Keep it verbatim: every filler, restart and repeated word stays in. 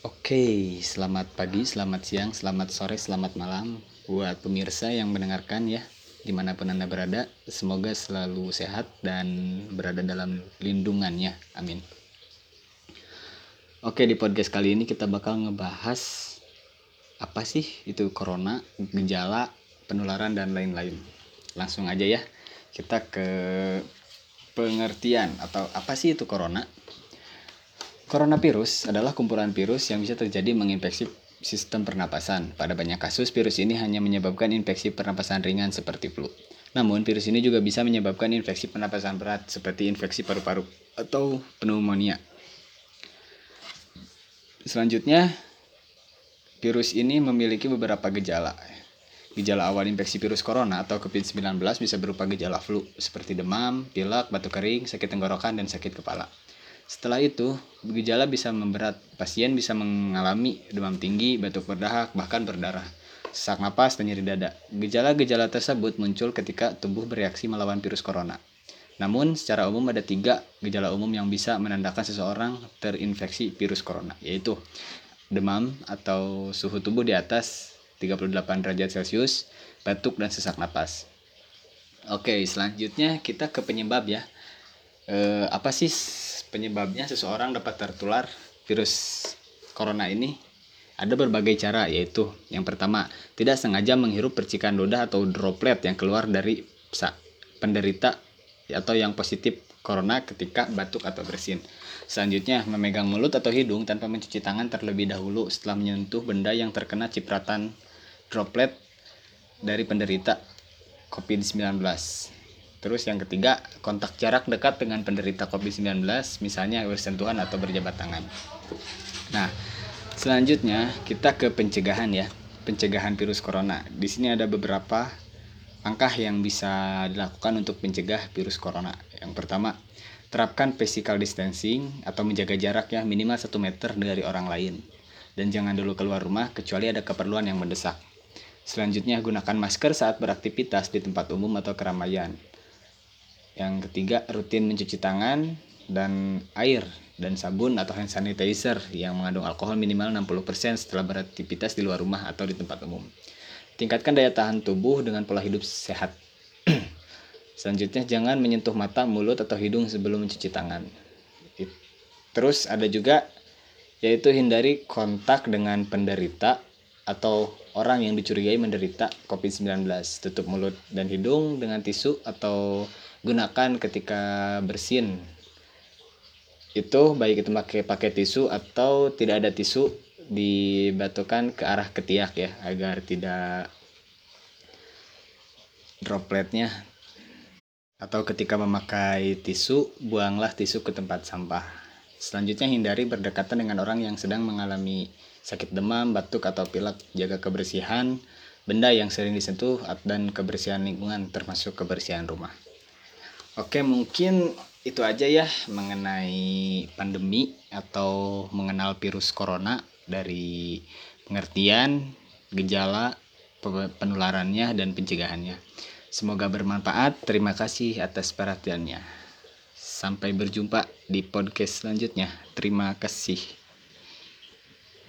Oke, selamat pagi, selamat siang, selamat sore, selamat malam buat pemirsa yang mendengarkan ya, dimanapun Anda berada. Semoga selalu sehat dan berada dalam lindungannya, amin. Oke, di podcast kali ini kita bakal ngebahas apa sih itu corona, gejala, penularan, dan lain-lain. Langsung aja ya, kita ke pengertian atau apa sih itu corona. Coronavirus adalah kumpulan virus yang bisa terjadi menginfeksi sistem pernapasan. Pada banyak kasus, virus ini hanya menyebabkan infeksi pernapasan ringan seperti flu. Namun, virus ini juga bisa menyebabkan infeksi pernapasan berat seperti infeksi paru-paru atau pneumonia. Selanjutnya, virus ini memiliki beberapa gejala. Gejala awal infeksi virus corona atau covid sembilan belas bisa berupa gejala flu seperti demam, pilek, batuk kering, sakit tenggorokan, dan sakit kepala. Setelah itu, gejala bisa memberat. Pasien bisa mengalami demam tinggi, batuk berdahak, bahkan berdarah, sesak napas, dan nyeri dada. Gejala-gejala tersebut muncul ketika tubuh bereaksi melawan virus corona. Namun, secara umum ada tiga gejala umum yang bisa menandakan seseorang terinfeksi virus corona, yaitu demam atau suhu tubuh di atas tiga puluh delapan derajat Celcius, batuk, dan sesak napas. Oke, selanjutnya kita ke penyebab ya. E, apa sih penyebabnya seseorang dapat tertular virus corona ini? Ada berbagai cara, yaitu yang pertama, tidak sengaja menghirup percikan ludah atau droplet yang keluar dari penderita atau yang positif corona ketika batuk atau bersin. Selanjutnya, memegang mulut atau hidung tanpa mencuci tangan terlebih dahulu setelah menyentuh benda yang terkena cipratan droplet dari penderita covid sembilan belas. Terus yang ketiga, kontak jarak dekat dengan penderita covid sembilan belas, misalnya bersentuhan atau berjabat tangan. Nah, selanjutnya kita ke pencegahan ya. Pencegahan virus corona. Di sini ada beberapa langkah yang bisa dilakukan untuk mencegah virus corona. Yang pertama, terapkan physical distancing atau menjaga jarak ya minimal satu meter dari orang lain. Dan jangan dulu keluar rumah kecuali ada keperluan yang mendesak. Selanjutnya, gunakan masker saat beraktivitas di tempat umum atau keramaian. Yang ketiga, rutin mencuci tangan dan air dan sabun atau hand sanitizer yang mengandung alkohol minimal enam puluh persen setelah beraktivitas di luar rumah atau di tempat umum. Tingkatkan daya tahan tubuh dengan pola hidup sehat. Selanjutnya, jangan menyentuh mata, mulut, atau hidung sebelum mencuci tangan. Terus ada juga yaitu hindari kontak dengan penderita atau orang yang dicurigai menderita covid sembilan belas. Tutup mulut dan hidung dengan tisu atau gunakan ketika bersin. Itu baik itu pakai pakai tisu atau tidak ada tisu, dibatukan ke arah ketiak ya agar tidak dropletnya. Atau ketika memakai tisu, buanglah tisu ke tempat sampah. Selanjutnya, hindari berdekatan dengan orang yang sedang mengalami sakit demam, batuk, atau pilek. Jaga kebersihan benda yang sering disentuh dan kebersihan lingkungan termasuk kebersihan rumah. Oke, mungkin itu aja ya mengenai pandemi atau mengenal virus corona dari pengertian, gejala, penularannya, dan pencegahannya. Semoga bermanfaat. Terima kasih atas perhatiannya. Sampai berjumpa di podcast selanjutnya. Terima kasih.